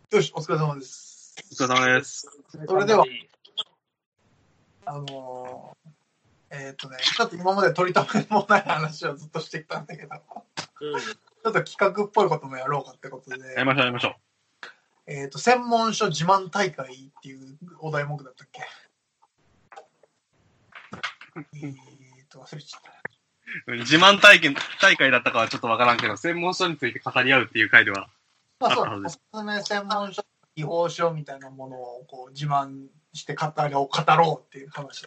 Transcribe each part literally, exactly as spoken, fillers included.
よし、お疲れ様です。 お疲れ様です。 それでは、あのー、えーっとね、ちょっと今まで取り留めもない話をずっとしてきたんだけど、うん、ちょっと企画っぽいこともやろうかってことで、 やりましょう、やりましょう。 えーっと、専門書自慢大会っていうお題目だったっけ？えーっと、忘れちゃった。 自慢体験大会だったかはちょっとわからんけど、専門書について語り合うっていう回ではあったはずです。 まあ、そう、おすすめ専門書、違法書みたいなものをこう自慢して語ろう、語ろうっていう話。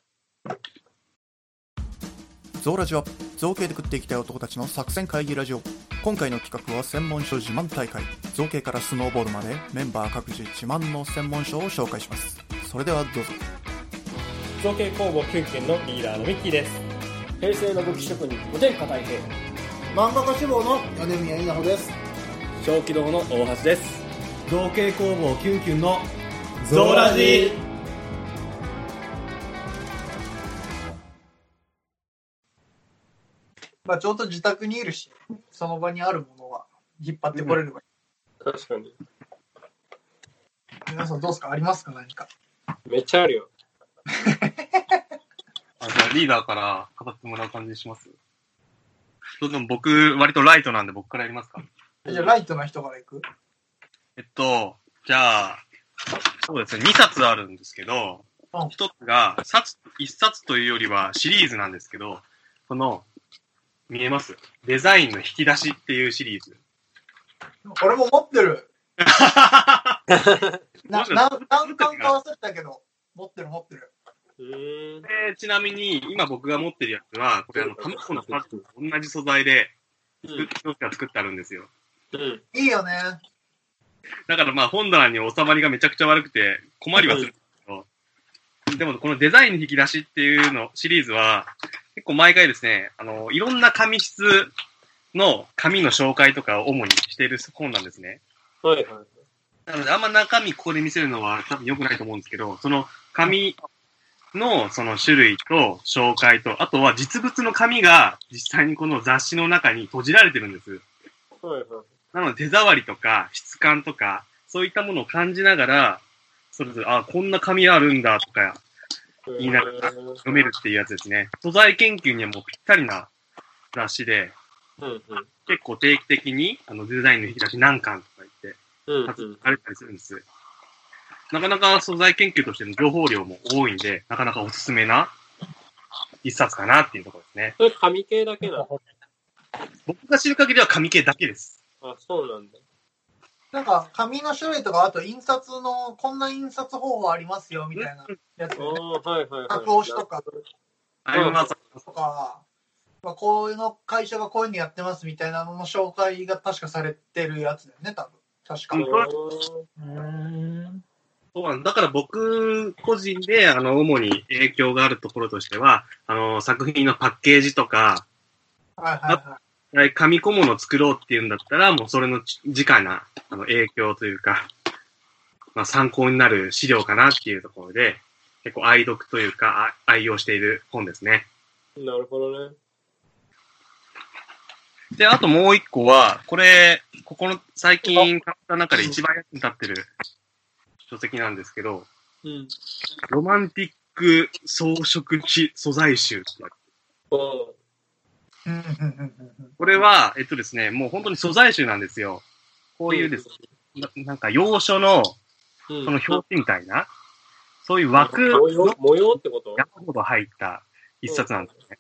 ゾウラジは造形で食っていきたい男たちの作戦会議ラジオ。今回の企画は専門書自慢大会。造形からスノーボードまでメンバー各自自慢の専門書を紹介します。それではどうぞ。 造形工房キュンキュンのリーダーのミッキーです。 平成の武器職人お天下太平、 漫画家志望の米宮稲穂です。 小気道の大橋です。 造形工房キュンキュンのゾウラジ。 まあちょうど自宅にいるし、その場にあるものは引っ張ってこれればいい。 確かに。 皆さんどうですか？ありますか？何か。 めっちゃあるよ。 あ、じゃあリーダーから語ってもらう感じにします？でも僕、割とライトなんで僕からやりますか？ じゃあライトな人からいく？ えっと、じゃあ、そうですね、にさつあるんですけど、 うん、 ひとつが、いっさつというよりはシリーズなんですけど、この、見えます？デザインの引き出しっていうシリーズ。 俺も持ってる。な、な、何巻か忘れたけど、持ってる持ってる。 えー、ちなみに、今僕が持ってるやつは、これあの、卵のパックと同じ素材で、作って作ってあるんですよ。 うん。 いいよね。 だからまあ本棚に収まりがめちゃくちゃ悪くて困りはするんですけど、うん、でもこのデザインの引き出しっていうのシリーズは結構毎回ですね、あの、いろんな紙質の紙の紹介とかを主にしている本なんですね。 はいはい。 なのであんま中身ここで見せるのは多分良くないと思うんですけど、その紙のその種類と紹介と、あとは実物の紙が実際にこの雑誌の中に閉じられてるんです。 はいはい。 なので手触りとか質感とか、そういったものを感じながら、それぞれ、あ、こんな紙あるんだとか言いながら読めるっていうやつですね。素材研究にはもうぴったりな雑誌で、 うんうん、 結構定期的にあのデザインの引き出し何巻とか言って、発表されたりするんです。なかなか素材研究としての情報量も多いんで、なかなかおすすめな一冊かなっていうところですね。 それ紙系だけなの？ 僕が知る限りは紙系だけです。 あ、そうなんだ。 なんか紙の種類とか、あと印刷のこんな印刷方法ありますよみたいなやつ、ね。 ああ、はいはいはい。 白押しとか。 ありますとか、まあ、こういうの会社がこういうのやってますみたいなのの紹介が確かされてるやつだよね、多分。確か。 うん、そうなんだから僕個人であの主に影響があるところとしては、あの作品のパッケージとか、 はいはいはい。 紙小物を作ろうっていうんだったら、もうそれの直なあの影響というか、まあ、参考になる資料かなっていうところで、結構愛読というか愛用している本ですね。 なるほどね。 で、あともう一個は、これ、ここの最近買った中で一番役に立ってる書籍なんですけど、 うん、 ロマンティック装飾地素材集ってやつ。これは、えっとですね、もう本当に素材集なんですよ。こういうですね、な, なんか洋書の、その表紙みたいな、そういう枠の模様、模様ってこと？ 山ほど入った一冊なんですね。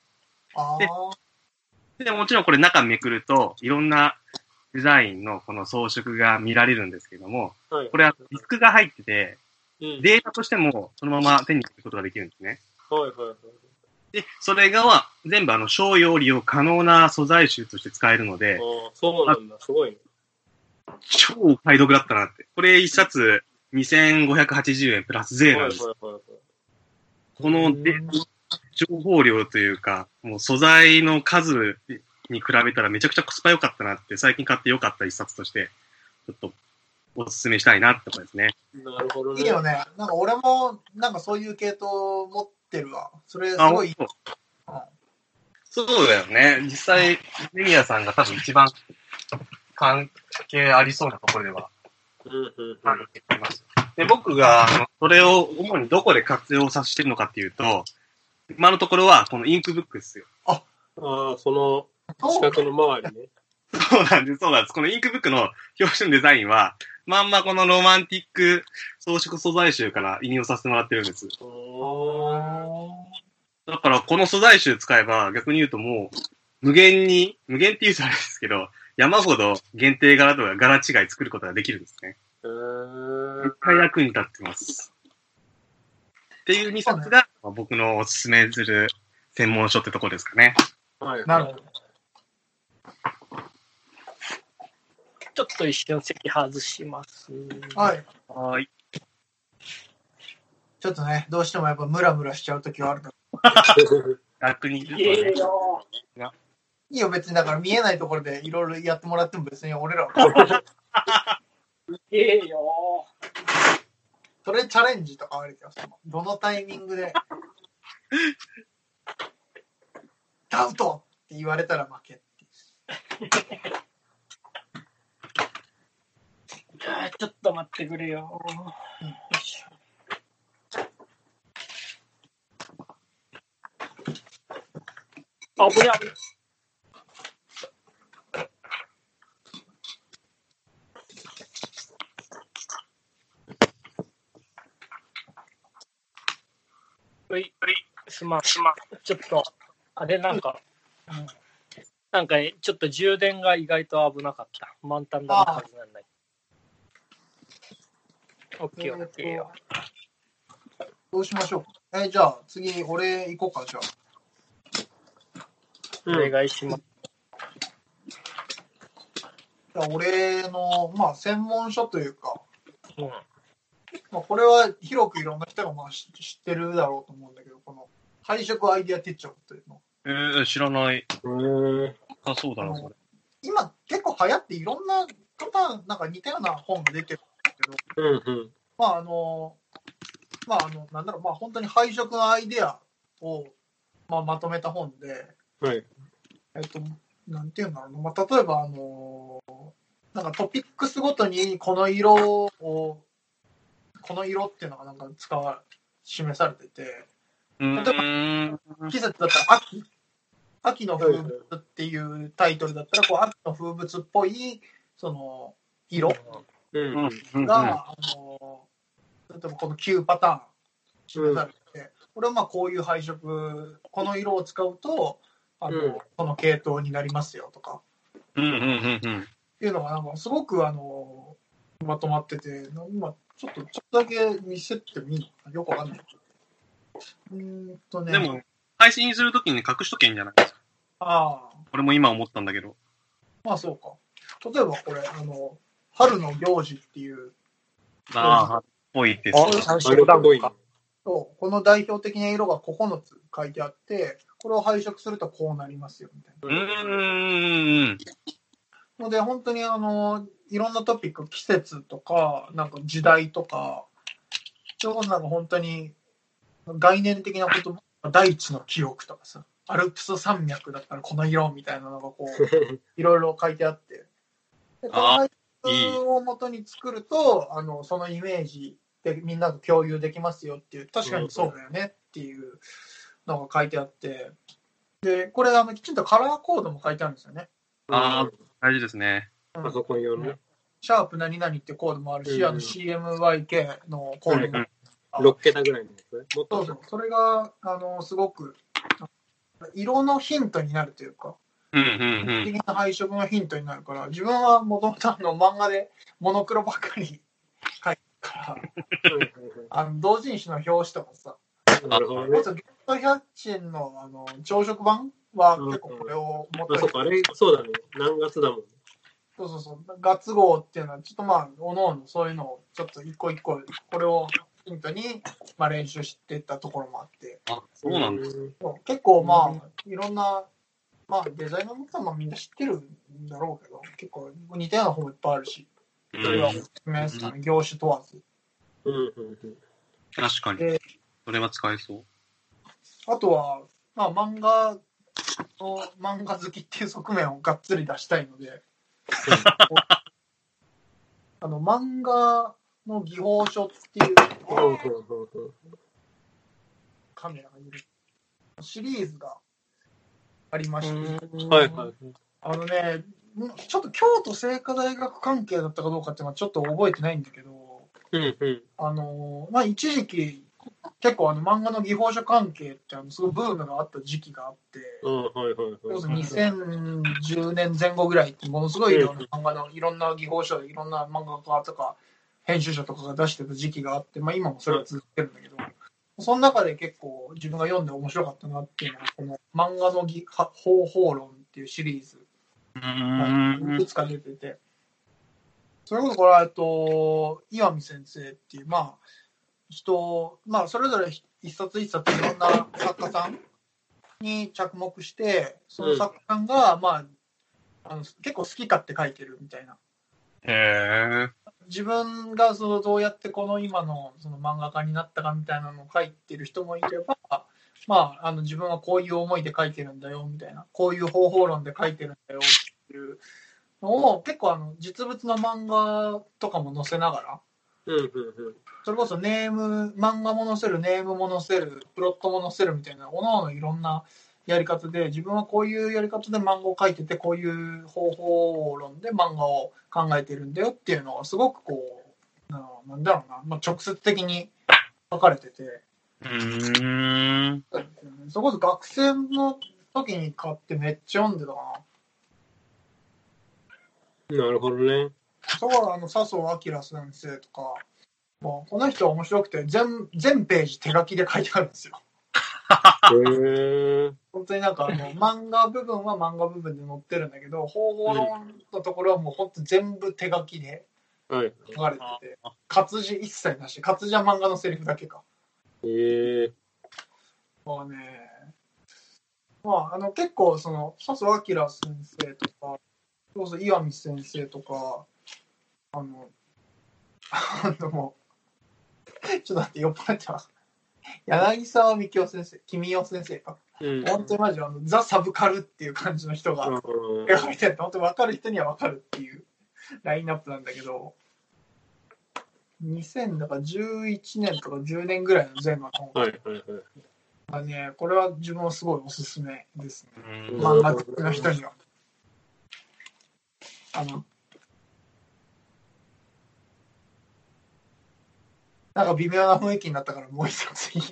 で, で, でもちろんこれ中めくると、いろんなデザインのこの装飾が見られるんですけども、はい、これはディスクが入ってて、うん、データとしてもそのまま手に入れることができるんですね。 はいはいはい。 で、それが全部あの商用利用可能な素材集として使えるので、 あ、そうなんだ、すごいね。 超お買い得だったなって。これ一冊にせんごひゃくはちじゅうえんプラス税なんです。はいはいはいはい、こので情報量というか、もう素材の数に比べたらめちゃくちゃコスパ良かったなって、最近買って良かった一冊として、ちょっとお勧めしたいなってことですね。 なるほどね。 いいよね。なんか俺もなんかそういう系統持ってるわ。それすごいいい。 そう、うん、そうだよね。実際、メミヤさんが多分一番関係ありそうなところではで、僕が、それを主にどこで活用させてるのかっていうと、今のところは、このインクブックですよ。 ああ、その、四角の周りね。 そうなんです、そうなんです。このインクブックの表紙のデザインは、まんまこのロマンティック装飾素材集から引用させてもらってるんです。だから、この素材集使えば、逆に言うともう、無限に、無限って言うとあれですけど、山ほど限定柄とか柄違い作ることができるんですね。 へー。 絶対役に立ってます。っていうにさつが、僕のおすすめする専門書ってとこですかね。 はい。 なるほど。 ちょっと一瞬席外します。 はい。 はい。 ちょっとね、どうしてもやっぱムラムラしちゃうときはあるから。 楽にいるとね。 いいよ。 いいよ、別にだから見えないところでいろいろやってもらっても別に俺らは。 いいよ。 それチャレンジとかあるけど、どのタイミングで、ダウトって言われたら負けってちょっと待ってくれよ。 うん、 あ、ぶねあぶね。うい、すまん、すまん。ちょっと、あれなんか、うん、なんか、ね、ちょっと充電が意外と危なかった。満タンだったはずなんだけど。オッケーオッケーよ。 どうしましょう。えー、じゃあ次、俺行こうか、じゃあ。 お願いします。 じゃあ俺の、まあ、専門書というか、 うん、 まあ、これは広くいろんな人がまあ知ってるだろうと思うんだけど、この配色アイデア手帳というの。 えー、知らない。 えー、 あ、そうだな、それ。 今結構流行っていろんなパターン、なんか似たような本が出てるんですけど、 うんうん、 まああの、まああの、なんだろう、まあ本当に配色のアイデアを、まあ、まとめた本で、 はい。 えっと、なんていうんだろうな、まあ、例えばあの、なんかトピックスごとにこの色を、この色っていうのがなんか使わ、示されてて、例えば季節だったら秋、秋の風物っていうタイトルだったら、こう秋の風物っぽい、その、色が、あの、例えばこのきゅうパターン示されてて、これはまあこういう配色、この色を使うと、あの、この系統になりますよとか、 うんうんうんうん。 っていうのがなんかすごくあの、まとまってて、今ちょっと、ちょっとだけ見せてもいいのかな、よくわかんない。うーんとね。 でも、配信するときに隠しとけんじゃないですか。 ああ。 俺も今思ったんだけど。 まあそうか。例えばこれ、あの、春の行事っていう。 ああ、っぽいです。 あ、三色団子か。 そう、この代表的な色がここのつ書いてあって、これを配色するとこうなりますよ、みたいな。 うーん。 ので、本当にあの、いろんなトピック、季節とか、なんか時代とか、そういうことなんか本当に概念的なこと、大地の記憶とかさ、アルプス山脈だったらこの色みたいなのがこう、いろいろ書いてあって、でこの配色を元に作ると、あの、そのイメージでみんなと共有できますよっていう、確かにそうだよねっていうのが書いてあって、で、これあの、きちんとカラーコードも書いてあるんですよね。 ああ、大事ですね。 うん、 パソコン用のね。 シャープ何々ってコードもあるし、うん、あの シーエムワイケー のコードも、 うん、ろっけたぐらいのやつね。 そうそう。それが、あの、すごく、色のヒントになるというか、 うんうんうん。 的な配色のヒントになるから、自分はもともと漫画でモノクロばっかり描いてるから、あの同人誌の表紙とかさ、 なるほどね。 もっとゲットヒャッチンのあの朝食版は結構これを持ってる、 うんうん、あ、そうか、あれ、そうだね。何月だもん。 そうそうそう。月号っていうのは、ちょっとまあ、おのおのそういうのを、ちょっと一個一個、これをヒントに、まあ、練習していったところもあって。 あ、そうなんです。 結構まあ、いろんな、まあ、デザイナーの人はまあみんな知ってるんだろうけど、結構似たような本もいっぱいあるし、それはおすすめですかね、業種問わず。 うんうんうん、 確かに。それは使えそう。 あとは、まあ、漫画の、漫画好きっていう側面をがっつり出したいので、あの漫画の技法書っていうカメラがいるシリーズがありまして、 はいはい。 あのね、ちょっと京都精華大学関係だったかどうかっていうのはちょっと覚えてないんだけど、 うんうん、 あの、まあ、一時期、結構あの漫画の技法書関係ってあのすごいブームがあった時期があって、にせんじゅうねんぜん後ぐらいってものすごいいろんな漫画のいろんな技法書でいろんな漫画家とか編集者とかが出してた時期があって、まあ、今もそれは続けるんだけど、その中で結構自分が読んで面白かったなっていうのはこの漫画の技方法論っていうシリーズがいくつか出てて、それこそこれはえっと岩見先生っていうまあ人、まあ、それぞれ一冊一冊いろんな作家さんに着目して、その作家さんが、まあ、あの結構好き勝手書いてるみたいな。 へー。 自分がそのどうやってこの今のその漫画家になったかみたいなのを書いてる人もいれば、まあ、あの自分はこういう思いで書いてるんだよみたいな、こういう方法論で書いてるんだよっていうのを結構あの実物の漫画とかも載せながら、 うんうんうん、 それこそネーム、漫画も載せる、ネームも載せる、プロットも載せるみたいな、おのおのいろんなやり方で、自分はこういうやり方で漫画を描いてて、こういう方法論で漫画を考えてるんだよっていうのが、すごくこう、なんだろうな、まあ、直接的に書かれてて、 うーん。 それこそ学生の時に買ってめっちゃ読んでたかな。なるほどね。 そうはあの笹生明先生とか、もうこの人は面白くて全全ページ手書きで書いてあるんですよ。 へ本当になんかあの漫画部分は漫画部分で載ってるんだけど、方法論のところはもう本当全部手書きで書かれてて、はい、活字一切なし、活字は漫画のセリフだけか。 へー。 まあね、まああの結構その笹生明先生とか、そうそう岩見先生とか。あの、あのもう、ちょっと待って、酔っ払ってます。柳沢幹夫先生、君代先生か。うん、本当にマジあの、ザ・サブカルっていう感じの人が描かれてるって、本当に分かる人には分かるっていうラインナップなんだけど、にせんじゅういちねんとかじゅうねんぐらいの前後の本が、はいはいはい、ね、これは自分はすごいおすすめですね。漫画好きの人には。あの、なんか微妙な雰囲気になったからもう一冊いい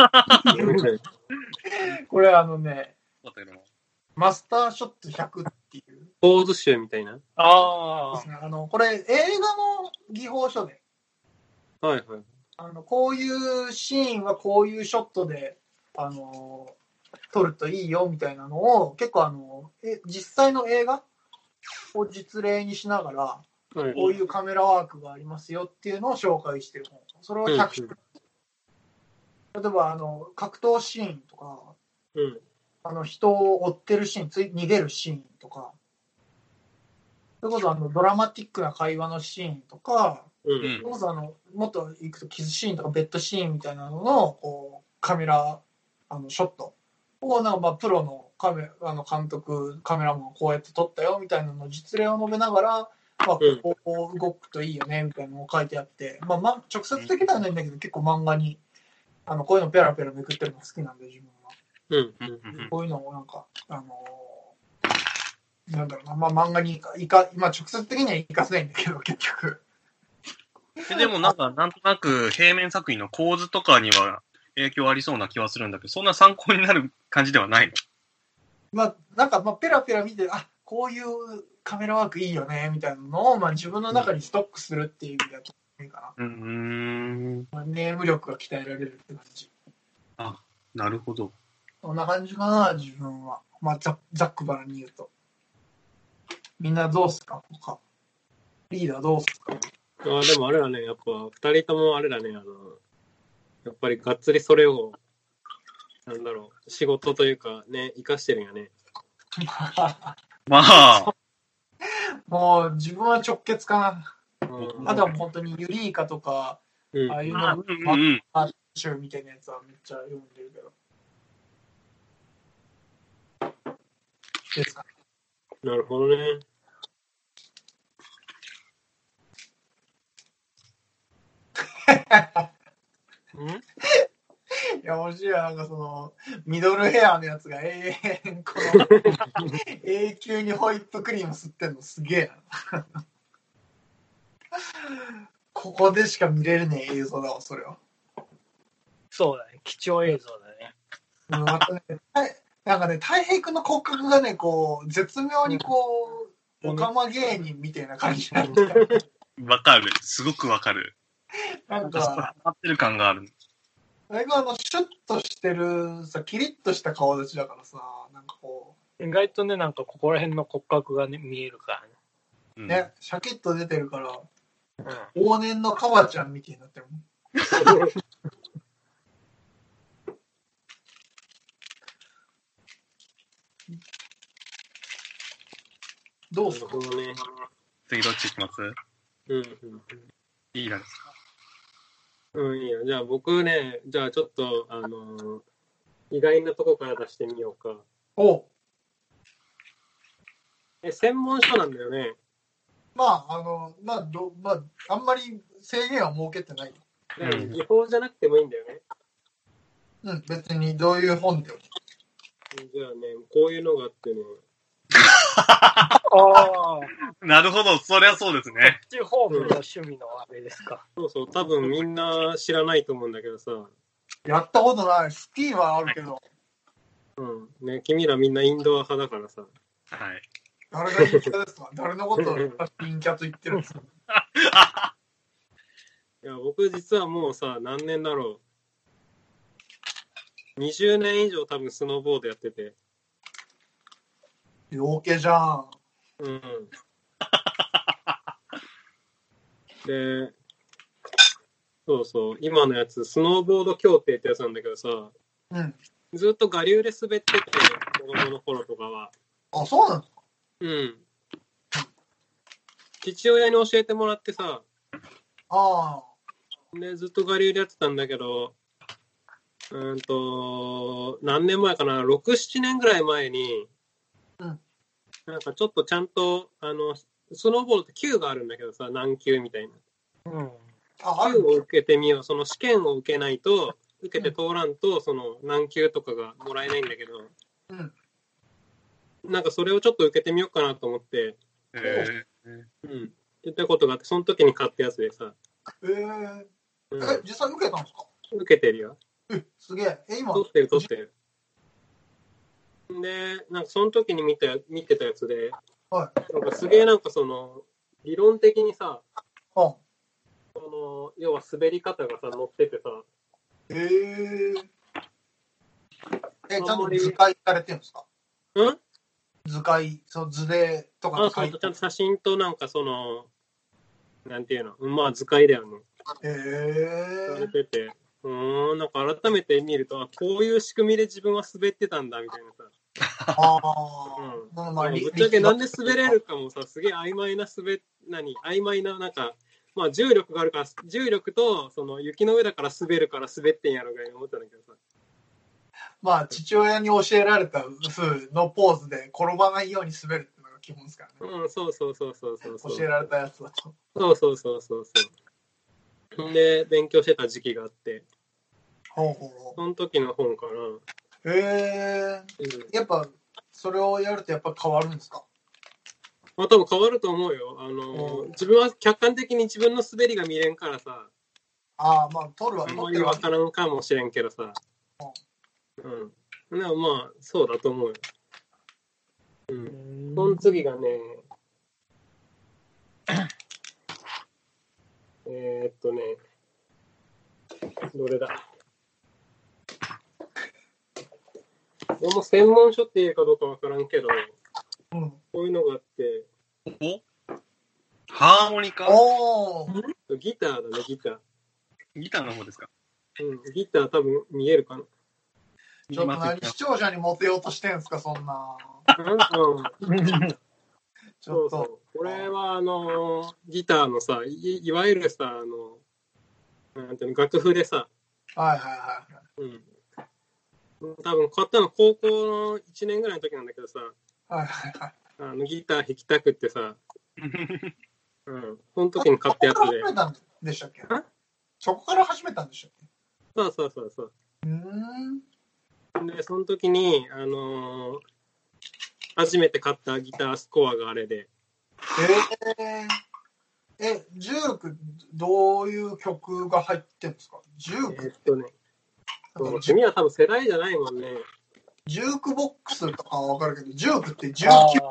これあのね、マスターショットひゃくっていう。 ポーズ集みたいな。 ああ。ですね。あの、これ映画の技法書で。 はいはい。 あの、こういうシーンはこういうショットで、あの、撮るといいよみたいなのを、結構あの、え実際の映画を実例にしながら、こういうカメラワークがありますよっていうのを紹介してる本。それをひゃくしゅ、うんうん、例えばあの格闘シーンとか、うん、あの人を追ってるシーン、つい逃げるシーンとか、それこそあのドラマティックな会話のシーンとか、うん、それこそあのもっといくとキスシーンとかベッドシーンみたいなののこうカメラあのショットをなんかまあプロのカメあの監督カメラマンをこうやって撮ったよみたいなのの実例を述べながら。まあ、こう動くといいよねみたいなのを書いてあって、まあ、まあ直接的ではないんだけど結構漫画にあのこういうのペラペラめくってるの好きなんで自分は、うんうんうん、こういうのをなんかあのー、なんだろうな、まあ、漫画にいかいか、まあ、直接的には活かせないんだけど結局でもなんかなんとなく平面作品の構図とかには影響ありそうな気はするんだけど、そんな参考になる感じではないの？ まあなんかまあペラペラ見てあこういうカメラワークいいよねみたいなのを、まあ、自分の中にストックするっていう意味だといいかな。うーん、まあ、ネーム力が鍛えられるって感じ。 あ、なるほど。 そんな感じかな自分は。まあざざっくばらんに言うと。みんなどうすかとか。リーダーどうすか。 あでもあれだねやっぱ二人ともあれだねあのやっぱりがっつりそれをなんだろう仕事というかね生かしてるんやね。 まあ。 もう自分は直結かな。うん、あとは本当にユリイカとか、うん、ああいうの、うんうん、マッシュみたいなやつはめっちゃ読んでるけど。ですか。 なるほどね。 や、面白い。なんかその、ミドルヘアのやつが永遠、この、永久にホイップクリーム吸ってんのすげえな。ここでしか見れるね映像だわ、それは。 そうだね。貴重映像だね。 またね、なんかね、太平君の骨格がね、こう、絶妙にこう、オカマ芸人みたいな感じなんだよ。 わかる。すごくわかる。 なんか、 合ってる感がある。 あれがあの、シュッとしてる、さ、キリッとした顔立ちだからさ、なんかこう。意外とね、なんかここら辺の骨格がね、見えるからね。 うん、ね、シャキッと出てるから、うん、往年のカバちゃんみたいになってるもん。どうすかね。 次どっち行きます？ うんうんうん。 いいなんですか？ うん、いいよ。じゃあ僕ね、じゃあちょっと、あのー、意外なとこから出してみようか。 おえ、専門書なんだよね。 まあ、あの、まあ、どまあ、あんまり制限は設けてない。 うん、違法じゃなくてもいいんだよね。 うん、別にどういう本でも。 じゃあね、こういうのがあってね。 ああ。 なるほど、そりゃそうですね。 こっち方面の趣味のあれですか。 うん、そうそう、多分みんな知らないと思うんだけどさ。 やったことない。スキーはあるけど。 うん。ね、君らみんなインドア派だからさ。 はい。 誰が陰キャですか？誰のことを陰キャと言ってるんですか？ いや、僕実はもうさ、何年だろう。にじゅうねん以上多分スノーボードやってて。 陽気じゃん。 うん。で、そうそう、今のやつ、スノーボード協定ってやつなんだけどさ、 うん、 ずっと我流で滑ってて、子供の頃とかは。 あ、そうなの？ うん。父親に教えてもらってさ、 ああ。で、ずっと我流でやってたんだけど、うんと、何年前かな、ろく、ななねんぐらい前に、 うん、 なんかちょっとちゃんと、あの、スノーボードって級があるんだけどさ、何級みたいな。 うん。 級を受けてみよう。その試験を受けないと、受けて通らんと、その何級とかがもらえないんだけど、 うん、 なんかそれをちょっと受けてみようかなと思って、 えー、うん。言ったことがあって、その時に買ったやつでさ。 えー、うん、え、実際受けたんですか？ 受けてるよ。 え、すげえ。え、今取ってる取ってる。で、なんかその時に見た、見てたやつで、 はい、 なんかすげえなんかその、理論的にさ、 うん、 その、要は滑り方がさ、載っててさ、 えー、え、ちゃんと図解されてるんですか？ うん図解、その図でとかあ、そう、ちゃんと写真となんかその、なんていうの、まあ図解だよね。 へえー。されてて、うーん、なんか改めて見ると、あ、こういう仕組みで自分は滑ってたんだみたいなさ。 ああ、 うん。まあ、ぶっちゃけなんで滑れるかもさ、すげえ曖昧な滑、何、曖昧な、なんか、まあ重力があるから、重力と、その雪の上だから滑るから滑ってんやろがい思ったんだけどさ。 まあ、父親に教えられた風のポーズで転ばないように滑るっていうのが基本ですからね。 うん、そうそうそうそうそうそう。 教えられたやつだと。 そうそうそうそうそう。で、勉強してた時期があって。 ほうほうほう。 その時の本かな。へえー。うん、やっぱ、それをやるとやっぱ変わるんですか？ まあ多分変わると思うよ。あの、自分は客観的に自分の滑りが見れんからさ。 ああ、まあ、取るわ。 あんまり分からんかもしれんけどさ。うん。でもまあ、そうだと思うよ。うん。その次がね、えー、っとね、どれだ。この専門書っていうかどうかわからんけど、うん、こういうのがあって。 おハーモニカおーギターだね、ギター。 ギターの方ですか？ うん、ギター多分見えるかな。 ちょっと何視聴者にモテようとしてんすか、そんな。 うん、ちょっとそうそう。これはあのー、ギターのさ、い、いわゆるさ、あの、なんていうの、楽譜でさ、 はいはいはい。 うん。多分買ったの高校のいちねんぐらいの時なんだけどさ、 はいはいはい。 あのギター弾きたくってさ、うん。その時に買ったやつで。 そこから始めたんでしたっけ？そこから始めたんでしたっけ？ そうそうそうそう。 うん。 で、その時に、あのー、初めて買ったギタースコアがあれで。 えー、え、ジューク、どういう曲が入ってるんですか？ジュークえー、っとね、君は多分世代じゃないもんね。 ジュークボックスとかはわかるけど、ジュークってじゅうきゅう。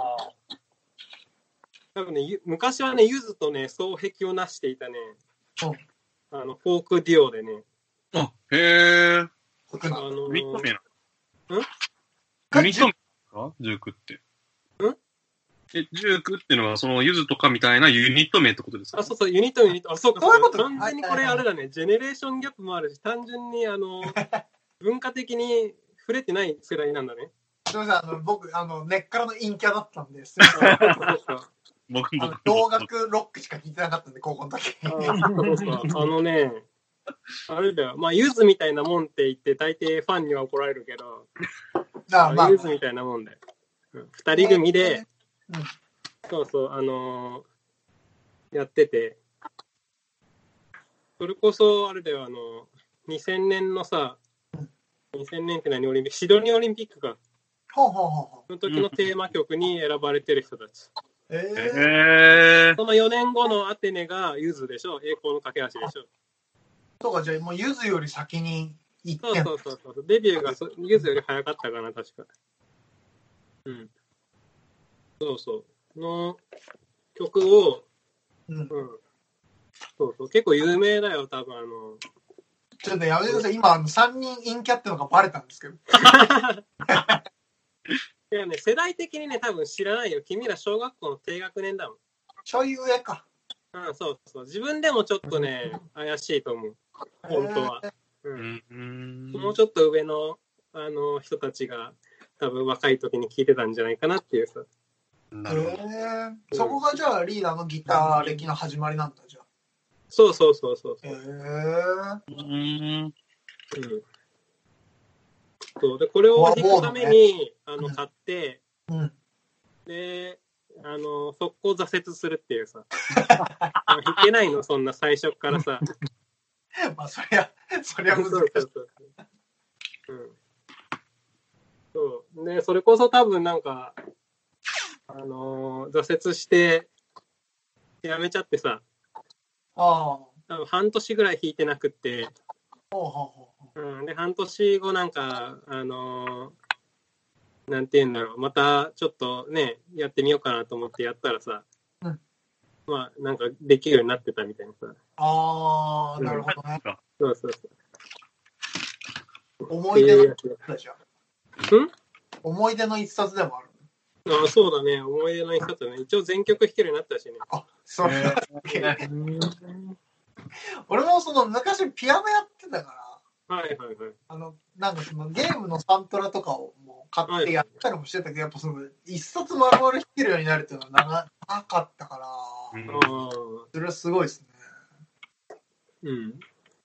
多分ね、昔はね、ユズとね、双璧をなしていたね、 うん、 あの、フォークデュオでね。 あ、へー。 あのユニット名なのんユニット名かジュークって。 んえ、ジュークっていうのは、そのユズとかみたいなユニット名ってことですか？ あ、そうそう、ユニット名、ユニット。あ、そうか、 そういうこと完全にこれあれだね、ジェネレーションギャップもあるし、単純に、あの、文化的に触れてない世代なんだね。 すみません、あの、僕、あの、根っからの陰キャだったんです。 僕も。 洋楽ロックしか聞いてなかったんで、高校の時。 あ, あのね、あれだよ、まあ、ユズみたいなもんって言って、大抵ファンには怒られるけど、あまあ、ユズみたいなもんだよ。二人組で、うん、そうそう、あのー、やってて、それこそ、あれだよ、あの、にせんねんのさ、にせんねんって何オリンピック、シドニーオリンピックか。 ほうほうほうほう。の時のテーマ曲に選ばれてる人たち。 えー、そのよねんごのアテネがユズでしょ、栄光の架け橋でしょ。 そうか、じゃあもうユズより先に行ってんそうそうそうそう。デビューがユズより早かったかな、確か。うん。そうそう。の曲を、 うん。うん、 そうそう。結構有名だよ、多分あの。 ちょっとやめてください。今、あの、さんにん陰キャってのがバレたんですけど。 いやね、世代的にね、多分知らないよ。君ら小学校の低学年だもん。 ちょい上か。 うん、そうそう。自分でもちょっとね、怪しいと思う。本当は。うん。うんもうちょっと上の、あの、人たちが、多分若い時に聴いてたんじゃないかなっていうさ。 なるほど。えー、そこがじゃあリーダーのギター歴の始まりなんだ、じゃあ。 そうそうそうそう。 へえー。うん。 うん。そうで、これを弾くために、ね、あの、買って、 うん。 で、あの、速攻挫折するっていうさ。弾けないの、そんな最初からさ。 まあ、そりゃ、そりゃ難しい。そうそうそう。 うん。そう。ね、それこそ多分なんか、あのー、挫折して、やめちゃってさ。 ああ。 多分半年ぐらい弾いてなくって。 ほうほうほう。うん。で、半年後なんか、あのー、なんて言うんだろう。またちょっとね、やってみようかなと思ってやったらさ。 うん。 まあ、なんかできるようになってたみたいなさ。 ああ、なるほどね。 そうそうそう。 思い出の一冊じゃん。 ん？ 思い出の一冊でもある。 ああ、そうだね。思い出の一冊ね。一応全曲弾けるようになったしね。 あ、それはすげえ。俺もその昔ピアノやってたから、はいはいはい。 あの、なんかそのゲームのサントラとかをもう買ってやったりもしてたけど、やっぱその一冊丸々弾けるようになるっていうのはな、なかったから、うん、それはすごいですね。 うん。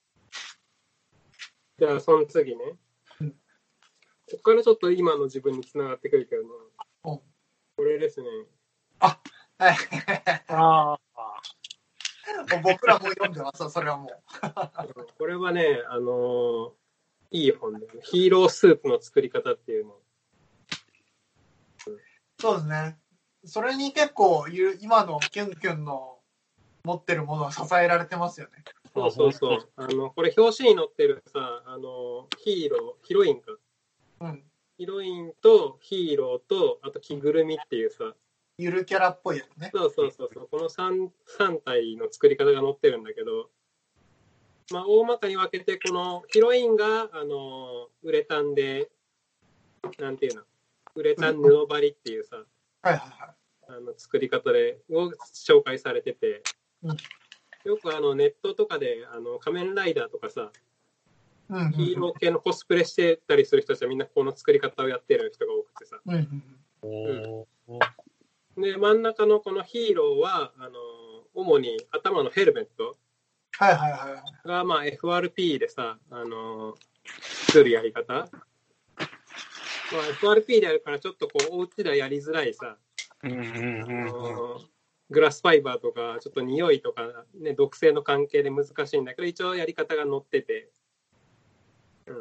じゃあその次ね。うん、ここからちょっと今の自分に繋がってくるけどな。 うん、 これですね。 あ、はい。 ああ。 僕らも読んでます、それはもう。 これはね、あのー、いい本だよね。ヒーロースープの作り方っていうの。 そうですね。それに結構、今のキュンキュンの持ってるものは支えられてますよね。 そうそうそう。あの、これ表紙に載ってるさ、あの、ヒーロー、ヒロインか。 うん。 ヒロインとヒーローと、あと着ぐるみっていうさ、 ゆるキャラっぽいやつね。 そうそうそうそう。この 3, 3体の作り方が載ってるんだけど、まあ大まかに分けて、このヒロインが、あの、ウレタンで、なんていうの、ウレタン布張りっていうさ、 はいはいはい。 あの作り方で、を紹介されてて、 うん、 よくあのネットとかで、あの仮面ライダーとかさ、 うんうんうん、 ヒーロー系のコスプレしてたりする人たちはみんなこの作り方をやってる人が多くてさ。 うんうんうんで、真ん中のこのヒーローは、あの、主に頭のヘルメットはいはいはい。 が、まあ エフアールピー でさ、あの、作るやり方。まあ エフアールピー であるからちょっとこう、お家ではやりづらいさ、 うんうんうんうん、 あのグラスファイバーとか、ちょっと匂いとか、ね、毒性の関係で難しいんだけど、一応やり方が載ってて、うん。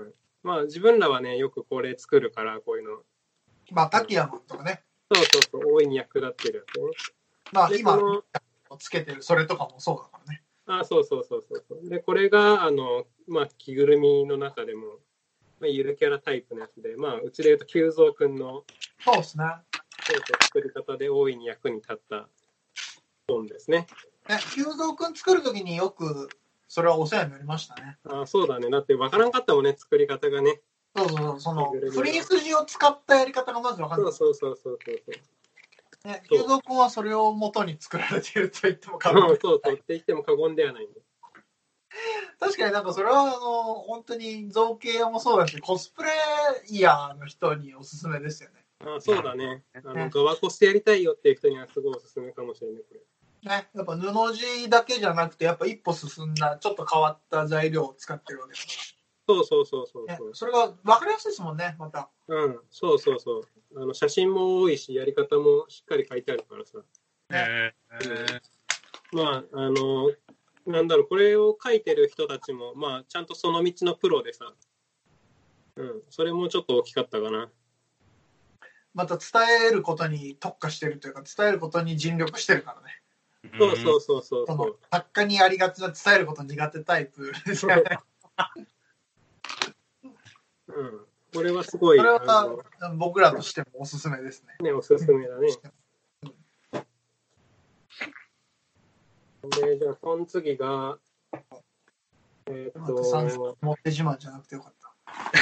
まあ自分らはね、よくこれ作るから、こういうの。 まあ、滝山とかね。 そうそうそう、大いに役立ってるやつね。 まあ今、つけてる、それとかもそうだからね。 あ、そうそうそうそう。で、これが、あの、まあ、着ぐるみの中でも、まあ、ゆるキャラタイプのやつで、まあ、うちで言うと、久蔵くんの、 そうですね。 そうそう作り方で大いに役に立った本ですね。 え、久蔵くん作るときによく、それはお世話になりましたね。 あ、そうだね。だって分からんかったもんね、作り方がね。 そうそうそう、その、フリー筋を使ったやり方がまず分かんない。 そうそうそうそうそう。 ね、久蔵くんはそれを元に作られていると言っても過言。そうそうそうって言っても過言ではないんで。 確かになんかそれはあの本当に造形屋もそうだし、コスプレイヤーの人におすすめですよね。 あ、そうだね。あの側コスやりたいよっていう人にはすごいおすすめかもしれないこれ。 ね、やっぱ布地だけじゃなくてやっぱ一歩進んだちょっと変わった材料を使ってるわけですから。 そうそうそうそうそう、 ね。それが分かりやすいですもんね、また。 うん、そうそうそう。あの写真も多いし、やり方もしっかり書いてあるからさ。 ねうん、まあ、あの、なんだろう、これを書いてる人たちも、まあ、ちゃんとその道のプロでさ、うん、それもちょっと大きかったかな。 また伝えることに特化してるというか、伝えることに尽力してるからね。 そうそうそうそう。 その作家にありがちな伝えること苦手タイプですよね。 うん、これはすごい。 それは僕らとしてもおすすめですね。 ね、おすすめだね。で、じゃあ、その次が、えー、っと、 持って自慢じゃなくてよかった。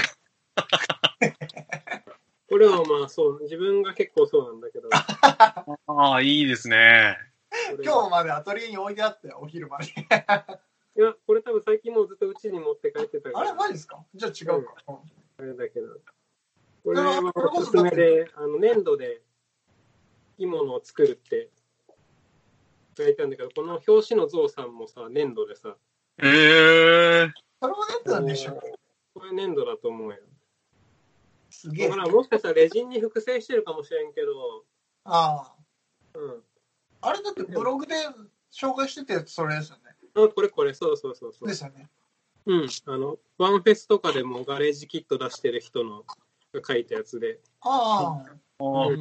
これはまあそう、自分が結構そうなんだけど。 ああ、いいですね。 今日までアトリエに置いてあって、お昼まで。いや、これ多分最近もうずっとうちに持って帰ってたから。 あれ、マジですか？じゃあ違うか。うん、 あれだけど。これはおすすめで、あの粘土で生き物を作るって書いてあるんだけど、この表紙のゾウさんもさ、粘土でさ。 へえー。 それも粘土なんでしょ？ これ粘土だと思うよ。 すげえ。 だからもしかしたらレジンに複製してるかもしれんけど。 ああ。 うん。 あれだってブログで紹介してたやつそれですよね。 あ、これこれ、そうそうそうそう。 ですよね。 うん。あの、ワンフェスとかでもガレージキット出してる人のが書いたやつで。 ああ。 うん、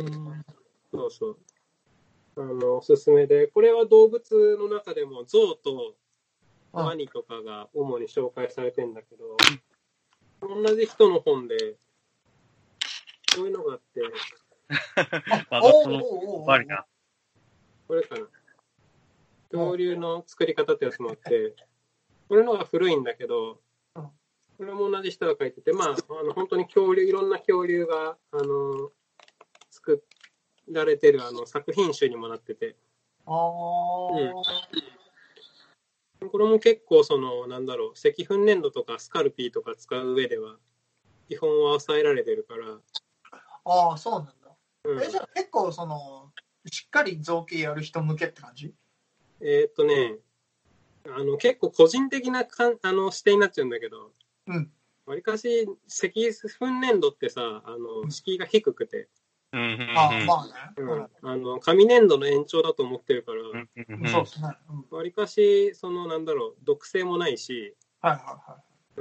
そうそう。あの、おすすめで、これは動物の中でもゾウとワニとかが主に紹介されてんだけど、同じ人の本で、こういうのがあって、 あ、おーおーおーな。 これかな。恐竜の作り方ってやつもあって、これのが古いんだけど、これも同じ人が書いてて、まあ、あの本当に恐竜、いろんな恐竜が、あの、作られてるあの作品集にもなってて。 ああ、 うん。これも結構、その、なんだろう、石粉粘土とかスカルピーとか使う上では、基本は抑えられてるから。 ああ、そうなんだ。 うん、 え、じゃあ結構、その、しっかり造形やる人向けって感じ？ えー、っとね、あの結構個人的なかんあの視点になっちゃうんだけど、わり、うん、かし石粉粘土ってさ、あの敷居が低くて、 うん、ああ、まあね、 うん、あの紙粘土の延長だと思ってるから、 うん、そうですね。 わりかしそのなんだろう毒性もないし、 はいはいはい、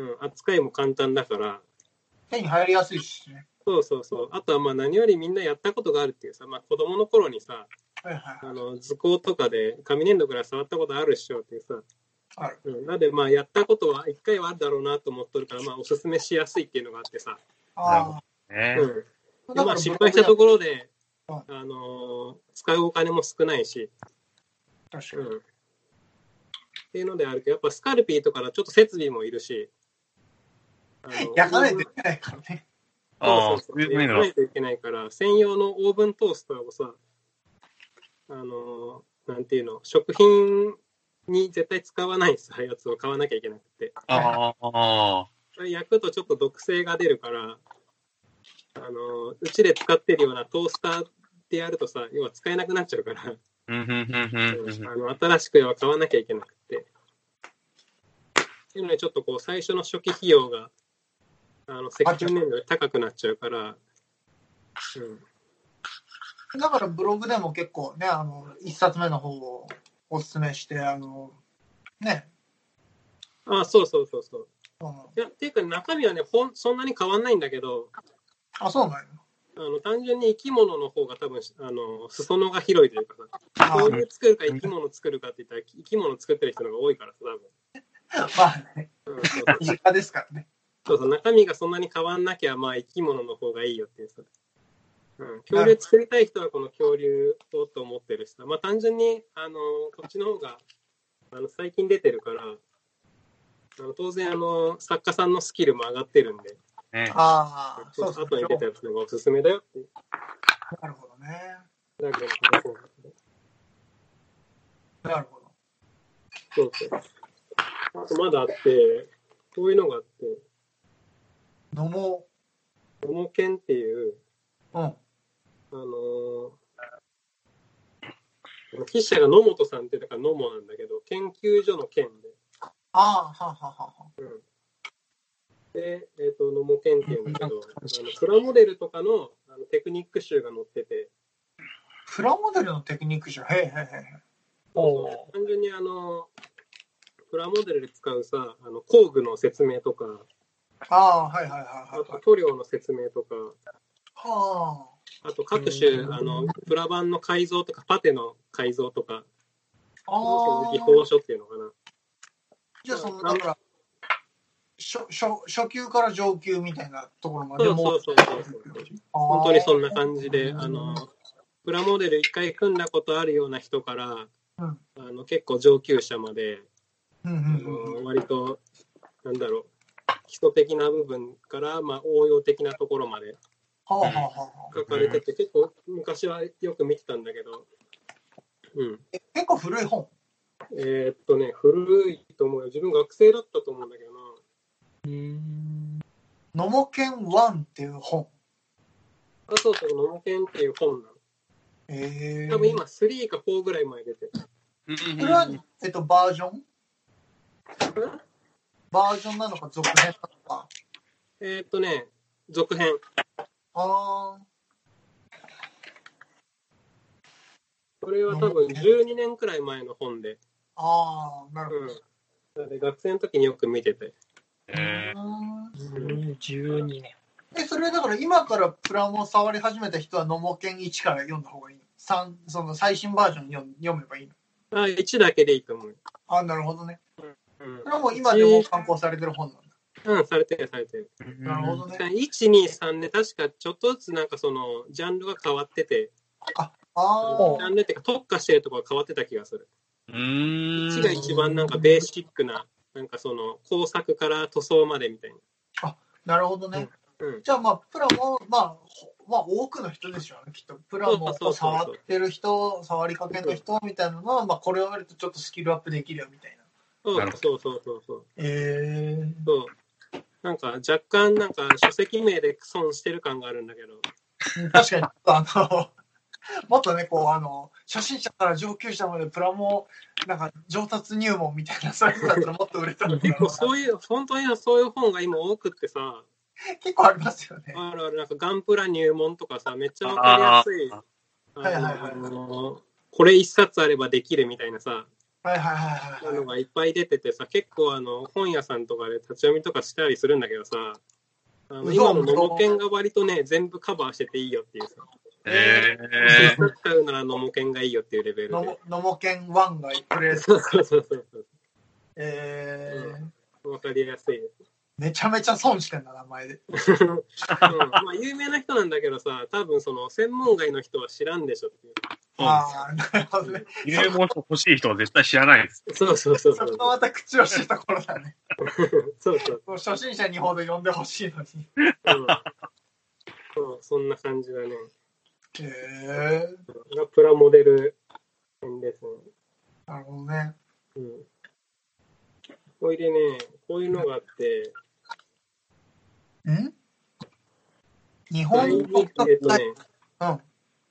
うん、扱いも簡単だから手に入りやすいしね。 そうそうそう。あとはまあ何よりみんなやったことがあるっていうさ、まあ子供の頃にさ、 はいはいはい、 あの図工とかで紙粘土ぐらい触ったことあるっしょっていうさ、 はい、 うん、なんでまあやったことは一回はあるだろうなと思っとるから、まあおすすめしやすいっていうのがあってさ、 ああ、うん、でまあ失敗したところで、あのー、使うお金も少ないし、 確かに、うん、 っていうのであるけど、やっぱスカルピーとかはちょっと設備もいるし、 あの焼かないといけないからね。 ああ、そうそうそう。焼かないといけないから、専用のオーブントースターをさ、あのー、なんていうの、食品に絶対使わないさ、やつを買わなきゃいけなくて。 ああ。 それ焼くとちょっと毒性が出るから、あのー、うちで使ってるようなトースターでやるとさ、要は使えなくなっちゃうから、あの新しくは買わなきゃいけなくて。っていうので、ちょっとこう、最初の初期費用が、あの石粉粘土で高くなっちゃうから、うん、 だからブログでも結構ね、あの一冊目の方をおすすめして、あのね、 あ、そうそうそうそう。 うん、いや、っていうか中身はね、ほんそんなに変わんないんだけど、 あ、そうなんや。 あの単純に生き物の方が多分あの裾野が広いというかさ、恐竜作るか生き物作るかって言ったら生き物作ってる人の方が多いからさ、多分。 まあね。身近ですからね。 そうそう、中身がそんなに変わんなきゃ、まあ生き物の方がいいよっていうさ。うん、恐竜作りたい人はこの恐竜をと思ってるしさ、まあ単純にあのこっちの方があの最近出てるから、あの当然あの作家さんのスキルも上がってるんで。 ね、ああ、 そうそう。後に出たやつの方がおすすめだよっていう。 なるほどね。 なるほど。 なるほど。 そうそう。あとまだあって、こういうのがあって、 のも、 のもけんっていう、 うん。あのー、筆者が野本さんっていうだから野茂なんだけど、研究所の県で。 ああ、はあはあはあ。 うん。で、えっ、ー、と、野茂県っていうんだけど、あのプラモデルとかのあのテクニック集が載ってて。 プラモデルのテクニック集、へえへえへえ。 そうそう。単純にあの、プラモデルで使うさ、あの工具の説明とか、 ああ、はいはいはいはい。 あと塗料の説明とか、 はあ、あと各種、あの、プラ板の改造とか、パテの改造とか、 ああ。 技法書っていうのかな。 じゃあ、その、だから、初, 初, 初級から上級みたいなところまでも。 そうそうそうそう。本当にそんな感じで、あの、プラモデル一回組んだことあるような人から、うん、あの結構上級者まで、 うんうんうん、 割と、なんだろう、基礎的な部分から、まあ、応用的なところまで書かれてて、結構昔はよく見てたんだけど、うん、 え結構古い本えー、っとね、古いと思うよ。自分学生だったと思うんだけどな。 うーん。のもけんワンっていう本。 あ、そうそう、のもけんっていう本なの。 えー、 多分今スリーかフォーぐらい前出てる。 それは、えっと、バージョンバージョンなのか続編なのか。 えー、っとね、続編。 ああ。 これは多分じゅうにねんくらい前の本で。 ああ、なるほど。うん、で学生の時によく見てて。 へーじゅうにねん。え、それだから今からプラモを触り始めた人はのもけんいちから読んだ方がいいの？さん、その最新バージョン読読めばいいの？ あ、いちだけでいいと思う。 あ、なるほどね。うん、それはもう今でも刊行されてる本なんだ。 うん、されてる、されてる。 なるほどね。 いち、に、さんで確かちょっとずつなんかその、ジャンルが変わってて。 あ、あジャンルっていうか特化してるところが変わってた気がする。 うーん。 いちが一番なんかベーシックな、なんかその、工作から塗装までみたいな。 あ、なるほどね。うんうん、じゃあまあ、プラモ、まあ、まあ多くの人でしょうね、きっと。プラモを触ってる人、触りかけの人みたいなのは、まあこれをやるとちょっとスキルアップできるよみたいな。 そうそうそうそう。 えー、 そう。なんか若干なんか書籍名で損してる感があるんだけど。 確かに、あの、もっとね、こう、あの、初心者から上級者までプラモ、なんか上達入門みたいな、そういうのだったらもっと売れたのかな。 そういう、本当にそういう本が今多くってさ。 結構ありますよね。 あるある、なんかガンプラ入門とかさ、めっちゃわかりやすい。 はいはいはい。 これ一冊あればできるみたいなさ。 はいはいはいはい。 のがいっぱい出ててさ、結構あの本屋さんとかで立ち読みとかしたりするんだけどさ、あの今ののもけんが割とね、全部カバーしてていいよっていうさ。 へー。一冊買うならのもけんがいいよっていうレベルで。 のもけんワンがプレイス。 そうそうそうそう。 えー、わかりやすい。 めちゃめちゃ損してんだ、名前で。 うん、まあ有名な人なんだけどさ、多分その専門外の人は知らんでしょっていう。 ああ、なるほどね。 入門書欲しい人は絶対知らないです。 そうそうそう。 そこまた口をしいところだね。 そうそう。 初心者にほど読んでほしいのに。 うん、そう、そんな感じだね。 へえー。プラモデル編ですね。 なるほどね。 うん。これでね、こういうのがあって、 ん日本の、 えっとね、 うん。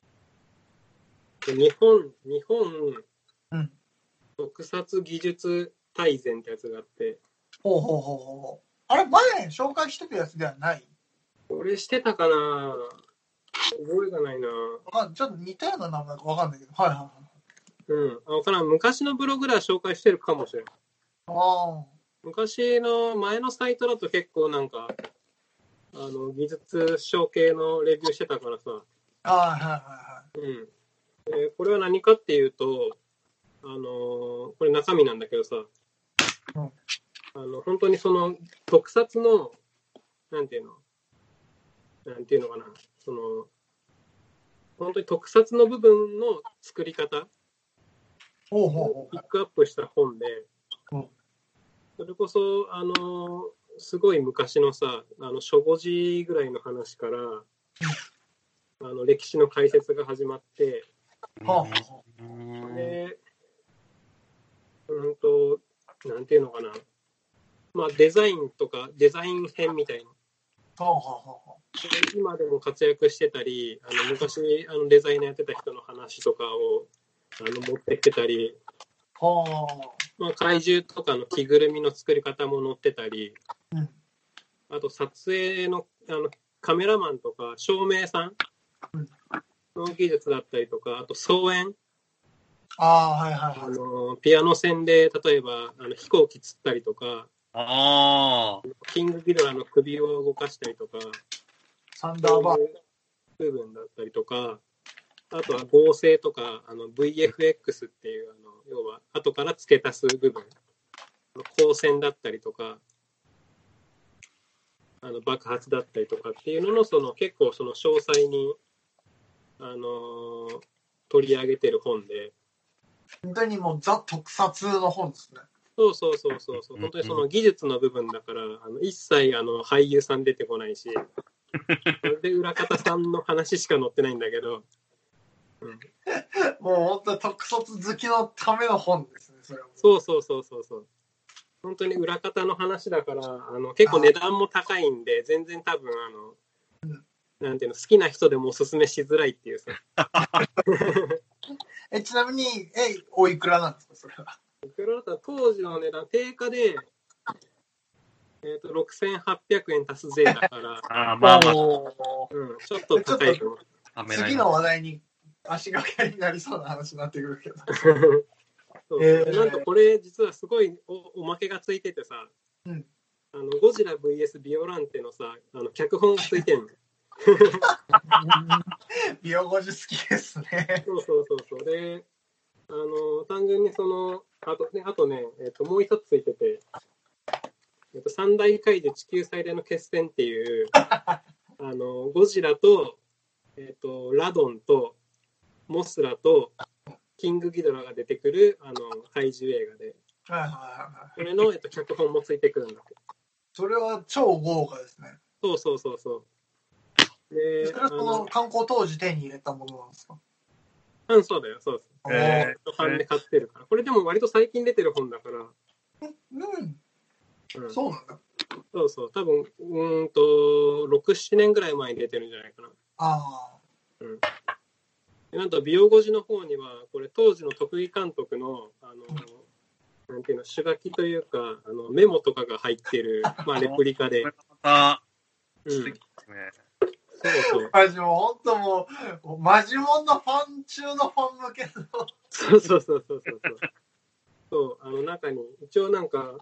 日本、日本、 うん、 特撮技術大全ってやつがあって。 ほうほうほうほう。あれ、前紹介してたやつではない？ これしてたかな？覚えがないな。 あ、ちょっと似たような名前かわかんないけど。はいはいはい。 うん。あ、わからん。昔のブログでは紹介してるかもしれない。 ああ。 昔の前のサイトだと結構なんか、あの、技術書系のレビューしてたからさ。 ああ、はいはいはい。 うん。で、これは何かっていうと、あのー、これ中身なんだけどさ、うん、あの、本当にその、特撮の、なんていうのなんていうのかな、その、本当に特撮の部分の作り方をピックアップした本で、それこそ、あの、すごい昔のさ、あの、初五時ぐらいの話から、あの、歴史の解説が始まって、で、うんと、なんていうのかな、まあ、デザインとか、デザイン編みたいな。今でも活躍してたり、あの昔あのデザイナーやってた人の話とかをあの持ってきてたり、まあ、怪獣とかの着ぐるみの作り方も載ってたり、うん、あと撮影の、あのカメラマンとか照明さんの技術だったりとか、あと操演、 あ、はいはいはい、 あのピアノ線で例えばあの飛行機釣ったりとか、 あキングギドラの首を動かしたりとか、 サンダーバー部分だったりとか、あとは合成とか、あの ブイエフエックス っていう、あの要は後から付け足す部分、光線だったりとか、あの爆発だったりとかっていうのの、その結構その詳細に、あのー、取り上げてる本で。 本当にもうザ特撮の本ですね。 そうそうそうそうそう、本当にその技術の部分だから、あの一切あの俳優さん出てこないし、で裏方さんの話しか載ってないんだけど、うん、 もう本当に特撮好きのための本ですね、それは。 そうそうそうそうそう。本当に裏方の話だから、あの結構値段も高いんで、全然多分あの、うん、なんていうの、好きな人でもおすすめしづらいっていうさ。 えちなみにえおいくらなんですか、それは。 いくらだったら当時の値段定価で、えー、とろくせんはっぴゃくえん足す税だからあまあまあ、うん、 ちょっと高いと思う。 次の話題に足掛けになりそうな話になってくるけどそう、えー、なんかこれ実はすごい お, おまけがついててさ、うん、あのゴジラ ブイエス ビオランテのさ、あの脚本がついてるのビオゴジ好きですね。 そうそうそうそう。で、あの単純にそのあとね、あとね、えー、ともう一つついてて、えー、と三大怪獣地球最大の決戦っていうあのゴジラと、えー、とラドンとモスラとキングギドラが出てくるあの怪獣映画で、はいはいはい、それの、えっと、脚本もついてくるんだけど。 それは超豪華ですね。 そうそうそうそう。 で、それはその観光当時手に入れたものなんですか？ うん、そうだよ、そうです。えー、ファンで買ってるから。これでも割と最近出てる本だから。 うん。うん、そうなんだ。 そうそう。多分、うーんと、ろく、ななねんぐらい前に出てるんじゃないかな。 ああ。 うん。なんと、ビオゴジの方には、これ当時の徳井監督の、あの、うん、なんていうの、手書きというか、あのメモとかが入ってる、まあ、レプリカで。 あうん。そうそう。 マジもう本当もう、マジモンのファン中のファン向けの。 そうそうそうそうそう。そう、あの中に、一応なんか、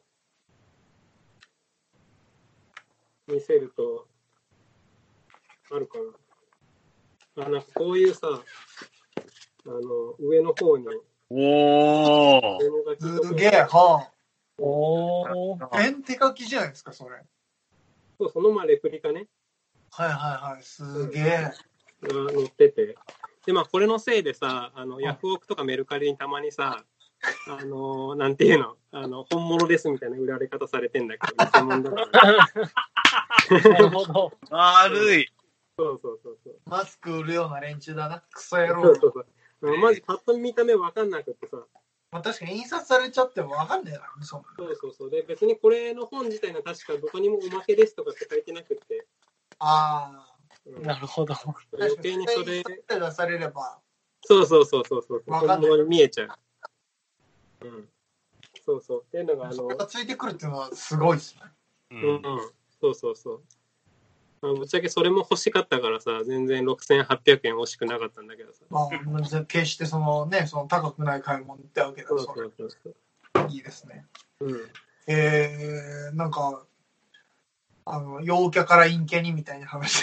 見せると、あるかな。あ、なんかこういうさ、あの、上の方に。 おー。 すげえ、はあ。おー。ペン手書きじゃないですか、それ。 そう、そのまあレプリカね。 はいはいはい、すげえ。 が載ってて。で、まあこれのせいでさ、あの、ヤフオクとかメルカリにたまにさ、あのー、なんていうの、あの、本物ですみたいな売られ方されてんだけど、偽物だから。 なるほど。 悪い。 そうそうそうそう。 マスク売るような連中だな、クソ野郎。そうそうそう。マジパッと見た目わかんなくってさ。 まあ確かに印刷されちゃってもわかんねえな、 そうそうそう。で、別にこれの本自体が確かどこにもおまけですとかって書いてなくって。 ああ。 うん、なるほど。 余計にそれ。 出されれば。 そうそうそうそうそう。本物に見えちゃう。うん。そうそう。っていうのが、あの。 ついてくるっていうのはすごいですね。 うん、うん。そうそうそう。まあ、ぶっちゃけそれも欲しかったからさ、全然ろくせんはっぴゃくえん欲しくなかったんだけどさ。 まあ、決してそのね、その高くない買い物ってわけだから。そうそうそうそう。いいですね。 うん。 えー、なんか、あの、陽キャから陰キャにみたいな話。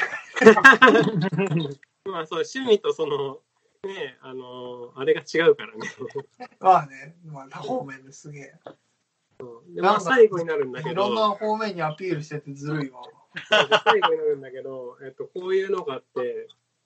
まあそう、趣味とその、ね、あのー、あれが違うからね。 まあね、まあ多方面ですげえ。 で、まあ最後になるんだけど。 いろんな方面にアピールしててずるいわ。 最後になるんだけど、えっと、こういうのがあって、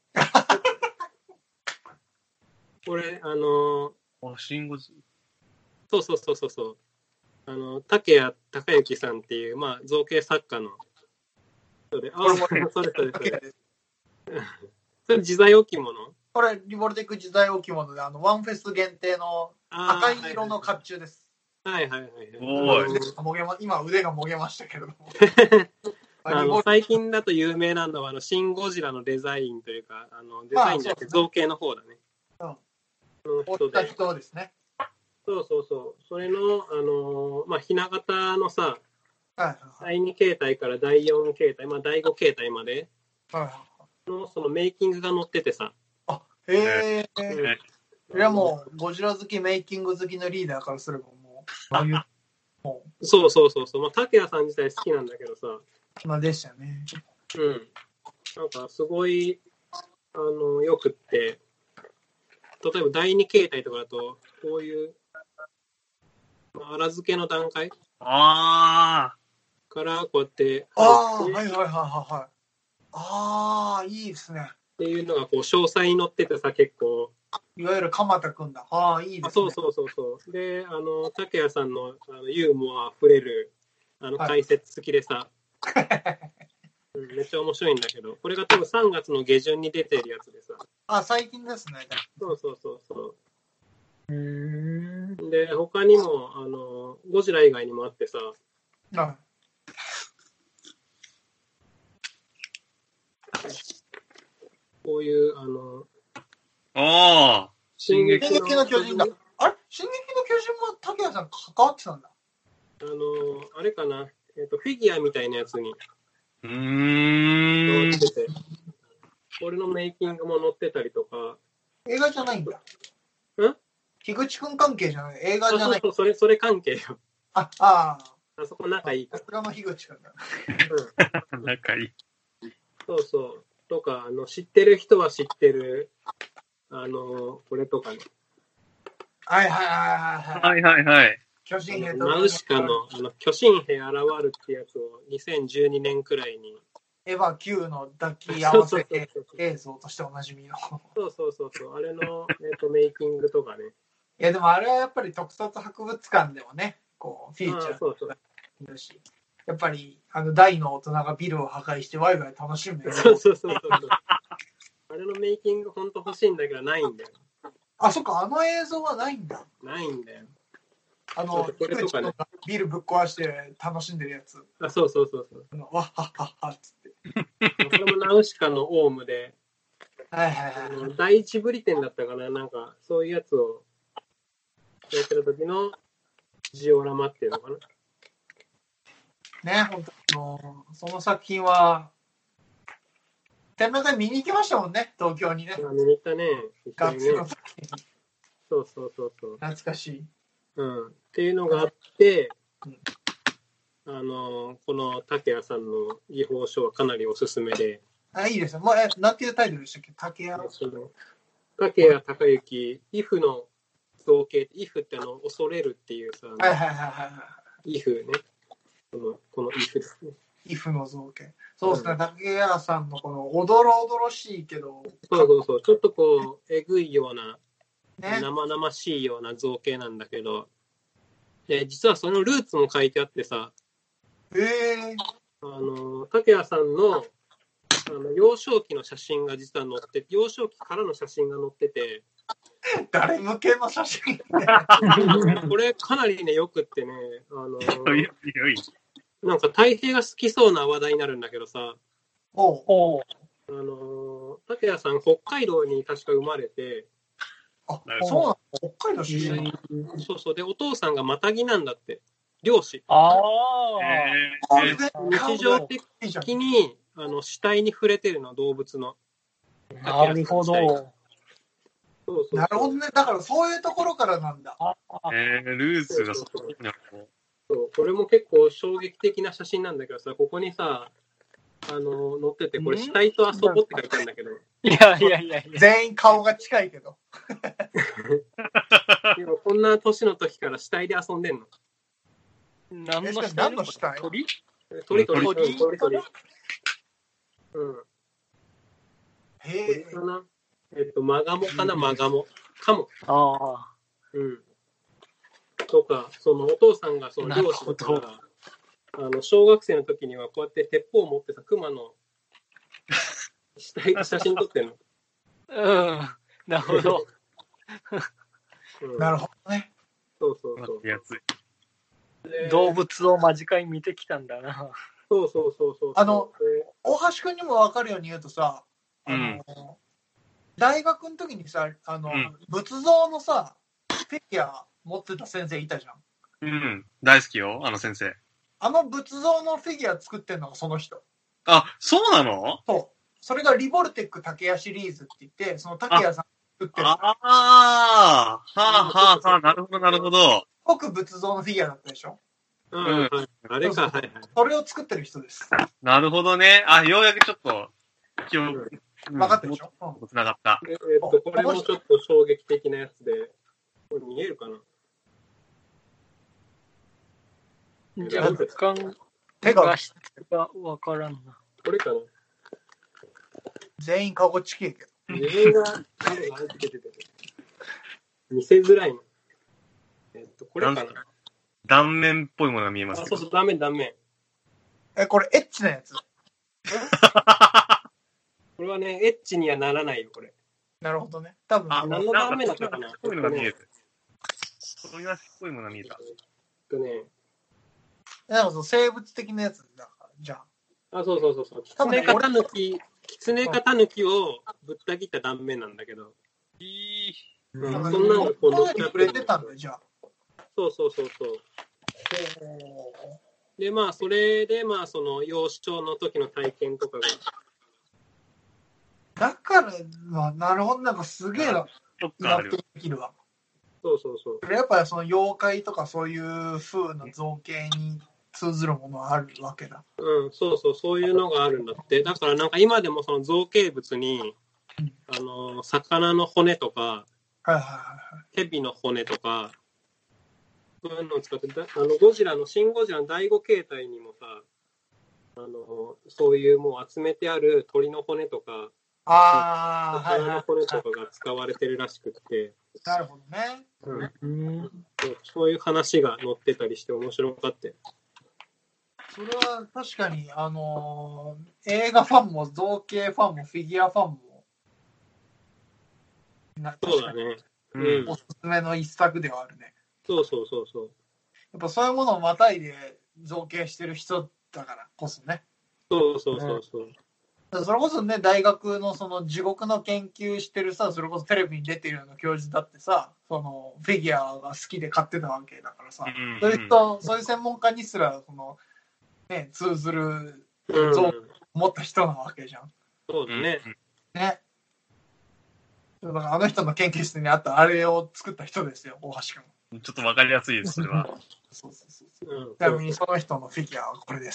これ、あのー、あ、シンゴジそうそうそうそうそう。あの、竹谷隆之さんっていう、まあ、造形作家の人で、あ、それそれそれそれ。それ自在置物？ これ、リボルテック自在置物で、あの、ワンフェス限定の赤い色の甲冑です。 はいはいはい。 おーい。もげま、今腕がもげましたけれども。 あの最近だと有名なのは、あの、シン・ゴジラのデザインというか、あの、デザインじゃなくて造形の方だね。 うん。 の人で。 人ですね。 そうそうそう。それの、あのー、まあ、ひな形のさ、 はいはい、 だいに形態からだいよん形態、まあ、だいご形態までの、そのメイキングが載っててさ。 あ、へえ。ー。いやもう、ゴジラ好き、メイキング好きのリーダーからすればもう、ああいう、 もう。そうそうそうそう。まあ、竹谷さん自体好きなんだけどさ。 まあ、でしたね。 うん。なんか、すごい、あの、よくって、例えばだいに形態とかだと、こういう、荒付けの段階あからこうやってああはいはいはいはいはいああいいですねっていうのがこう詳細に載っててさ結構いわゆる鎌田くんだああいいですねそうそうそうそうであの竹谷さんのあのユーモアあふれるあの解説付きでさ、はいうん、めっちゃ面白いんだけどこれが多分さんがつの下旬に出てるやつでさあ最近ですねそうそうそうそうで他にもあのゴジラ以外にもあってさ、 はい、 こういうあのああ進撃の巨人だあれ進撃の巨人も竹谷さん関わってたんだあのあれかなえっとフィギュアみたいなやつにうーん載っててこれのメイキングも載ってたりとか映画じゃないんだん樋口くん関係じゃない映画じゃないそうそうそれそれ関係よあああそこ仲いいからさすがの樋口くんだ、 うん、仲いいそうそうとかあの知ってる人は知ってるあのこれとかねはいはいはいはいはいはい巨神兵ナウシカのあの巨神兵現るってやつをにせんじゅうにねんくらいにエヴァキューの抱き合わせ映像としておなじみのそうそうそうそうあれの、えー、とメイキングとかねいやでもあれはやっぱり特撮博物館でもねこうフィーチャーそうそうだしやっぱりあの大の大人がビルを破壊してワイワイ楽しむよそうそうそうそうあれのメイキング本当欲しいんだけどないんだよあそっかあの映像はないんだないんだよあのこれとか、ね、ビルぶっ壊して楽しんでるやつあそうそうそうそうあのわっはっはっはっつってそれもナウシカのオウムではいはいはい第一ブリテンだったかななんかそういうやつをやってる時のジオラマっていうのかなね本当のその作品は展覧会見に行きましたもんね東京にね見に行ったねガッツの作品そうそうそうそう懐かしいうん、っていうのがあって、うん、あのこの竹谷さんの技法書はかなりおすすめで。 あいいですよ。もうえなんていうタイトルでしたっけ？竹谷。 竹谷隆之、イフの造形、イフってあの恐れるっていうさ、 はいはいはいはい。 イフね。このこのイフですね。 イフの造形。そうですね。うん、竹谷さんのこのおどろおどろしいけど。 そうそうそう。ちょっとこうえぐいような。ね、生々しいような造形なんだけど、で実はそのルーツも書いてあってさ、 えー、 あの竹谷さんのあの幼少期の写真が実は載ってて、幼少期からの写真が載ってて、 誰向けの写真これかなりねよくってね、あのなんか太平が好きそうな話題になるんだけどさ、 おうおうあの竹谷さん北海道に確か生まれて。 あ、そうなの北海道出身、 うん、そうそう。で、お父さんがマタギなんだって。漁師。 ああ、 えー。日常的に、あの、死体に触れてるの、動物の。 なるほど。そうそうなるほどね。だからそういうところからなんだ。 えー、ルーツがそう。 そうこれも結構衝撃的な写真なんだけどさ、ここにさ、あの、載ってて、これ死体と遊ぼうって書いてあるんだけど。 いやいやいやいや。 全員顔が近いけど。 でもこんな年の時から死体で遊んでんの？ 何の死体？ 何の死体？ 鳥？鳥鳥鳥鳥鳥。うん。 へえ。 かな。えっと、マガモかな、マガモ。カモ。 ああ。 うん。とか、そのお父さんがその漁師だから、あの、小学生の時にはこうやって鉄砲を持ってさ、熊の死体の写真撮ってんの。 うん。なるほど。 うん、 なるほどね。 そうそうそう。 動物を間近に見てきたんだな。 そうそうそうそう。 あの、大橋くんにも分かるように言うとさ、あの、うん、大学の時にさ、あの、うん、仏像のさ、フィギュア持ってた先生いたじゃん。 うん。大好きよ、あの先生。 あの仏像のフィギュア作ってんのがその人。 あ、そうなの？ そう。それがリボルテック竹谷シリーズって言って、その竹谷さん作ってる。 ああ、はあはあはあ、なるほどなるほど。 僕仏像のフィギュアだったでしょ？ うん。あれか、はいはい。 それを作ってる人です。 なるほどね。あ、ようやくちょっと、記憶、 分かってるでしょ？ うん。つながった。 えっと、これもちょっと衝撃的なやつで、これ見えるかな？ じゃあ、若干、手が質がわからんな。 これかな？ 全員顔がちけえけど。 全員が顔がつけてて。見せづらいの。えっと、これかな？ 断面っぽいものが見えます。 あ、そうそう、断面断面。 え、これエッチなやつ？これはね、エッチにはならないよ、これ。 なるほどね。多分、 あ、何の断面だったかな？ こういうのが見える。こういうぽいものが見えた。 えっとね、 なんかその生物的なやつだから、じゃあ。あ、そうそうそうそう。キツネかタヌキ、キツネかタヌキをぶった切った断面なんだけど。 いい。 うん、そんなのがこう乗っちゃってくれてたんだよ、じゃあ。 そうそうそうそう。で、まあ、それで、まあ、その、幼少の時の体験とかが。 だから、まあ、なるほど、なんかすげえな、納得できるわ。 そうそうそう。 やっぱりその妖怪とかそういう風な造形に通ずるものはあるわけだ。 うん、そうそう、そういうのがあるんだって。だからなんか今でもその造形物に、うん、あの、魚の骨とか、 はいはいはい、 蛇の骨とか、そういうのを使って、あの、ゴジラの、シン・ゴジラのだいご形態にもさ、あの、そういうもう集めてある鳥の骨とか、 ああ、 魚の骨とかが使われてるらしくって。 なるほどね、 うん。そういう話が載ってたりして面白かった。 それは確かに、あのー、映画ファンも造形ファンもフィギュアファンも、 そうだね。 うん。おすすめの一作ではあるね。 そうそうそうそう。 やっぱそういうものをまたいで造形してる人だからこそね。 そうそうそうそう。うん、 それこそね、大学のその地獄の研究してるさ、それこそテレビに出てるような教授だってさ、そのフィギュアが好きで買ってたわけだからさ、うんうん、そういう人、そういう専門家にすら、その、ね、通ずる像を持った人なわけじゃん。 そうだね。 ね。だからあの人の研究室にあったあれを作った人ですよ、大橋君。 ちょっとわかりやすいです、それは。 そうそうそうそう、うん。ちなみにその人のフィギュアはこれです。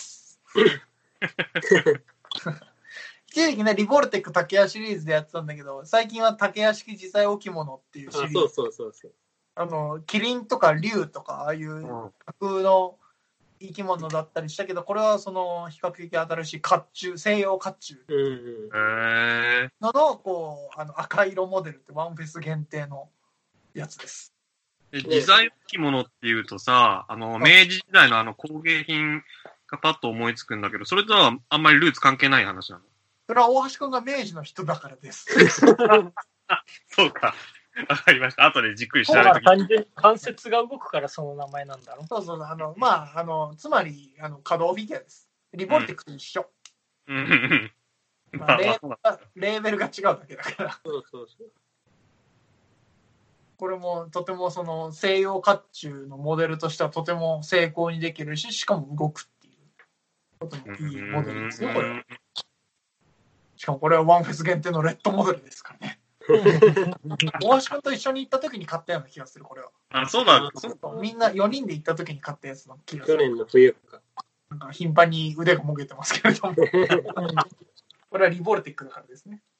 一時期ね、リボルテック竹谷シリーズでやってたんだけど、最近は竹谷式自在置物っていうシリーズ。 あ、そうそうそうそう。 あの、キリンとか竜とか、ああいう架空の生き物だったりしたけど、これはその比較的新しい甲冑、西洋甲冑のの、こう、あの赤色モデルってワンフェス限定のやつです。 自在置物っていうとさ、あの、明治時代のあの工芸品がパッと思いつくんだけど、それとはあんまりルーツ関係ない話なの？ それは大橋くんが明治の人だからです。 そうか。わかりました。後でじっくり調べて単純に関節が動くからその名前なんだろう。 そうそう、あの、まあ、あの、つまり、あの、可動フィギュアです。リボルテックと一緒。うん。まあ、レーベルが、レーベルが違うだけだから。 そうそうそう。 これもとてもその西洋甲冑のモデルとしてはとても精巧にできるし、しかも動くっていう。とてもいいモデルですよ、これ。しかもこれはワンフェス限定のレッドモデルですからね。 大橋君と一緒に行った時に買ったような気がする、これは。 あ、そうなんだ。 みんなよにんで行った時に買ったやつの気がする。 去年の冬か。 なんか頻繁に腕がもげてますけれども。これはリボルテックだからですね。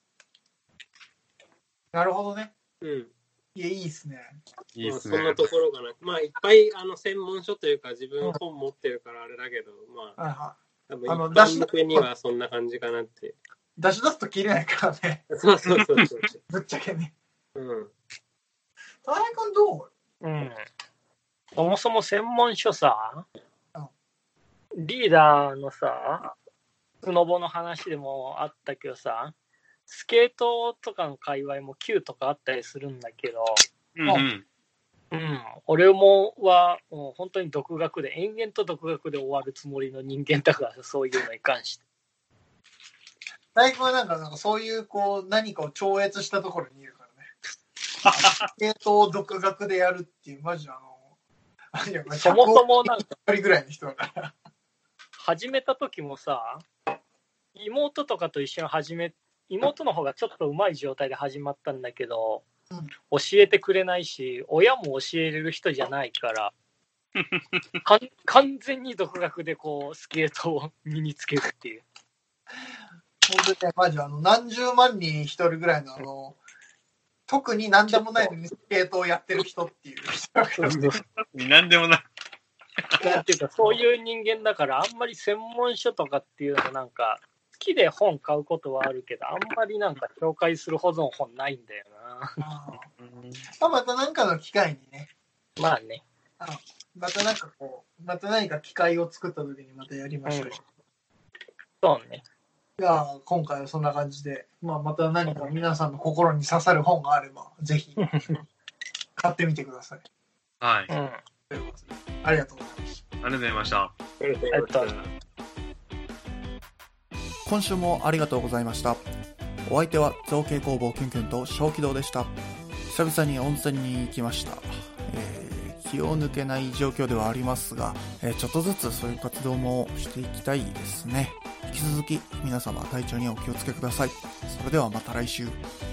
なるほどね。 うん。 いや、いいっすね。 いいっすね。 まあ、そんなところかな。まあ、いっぱいあの専門書というか、自分本持ってるからあれだけど、まあ、 はいはい、 多分一般向けにはそんな感じかなって。 出し出すと切れないからね。 そうそうそうそう。 ぶっちゃけね。 うん。 大変君どう？ うん。そもそも専門書さ、リーダーのさ、スノボの話でもあったけどさ、スケートとかの界隈も級とかあったりするんだけど、 うん、うん、 うん、俺もはもう本当に独学で延々と独学で終わるつもりの人間だから、そういうのに関して。 大君はなんか、なんかそういうこう何かを超越したところにいるからね。スケートを独学でやるっていうマジあの、 そもそもなんか一人ぐらいの人だから。 始めた時もさ、妹とかと一緒に始め妹の方がちょっと上手い状態で始まったんだけど、うん、教えてくれないし、親も教えれる人じゃないからか完全に独学でこうスケートを身につけるっていう。 本当にマジあの何十万人一人ぐらいのあの特に何でもないのにスケートをやってる人っていう人何でもないなんていうか、そういう人間だからあんまり専門書とかっていうのなんか好きで本買うことはあるけど、あんまりなんか紹介するほどの本ないんだよな。 あまた何かの機会にね。 まあね。 あまたなんかこう、また何か機会を作った時にまたやりましょう。うん、 そうね。 いや今回はそんな感じで、まあ、また何か皆さんの心に刺さる本があればぜひ買ってみてください。 はい。 うん、 ということでありがとうございました。 ありがとうございました。 ありがとうございました。 今週もありがとうございました。お相手は造形工房キュンキュンと小気道でした。久々に温泉に行きました。えー、気を抜けない状況ではありますが、えー、ちょっとずつそういう活動もしていきたいですね。引き続き皆様体調にお気をつけください。それではまた来週。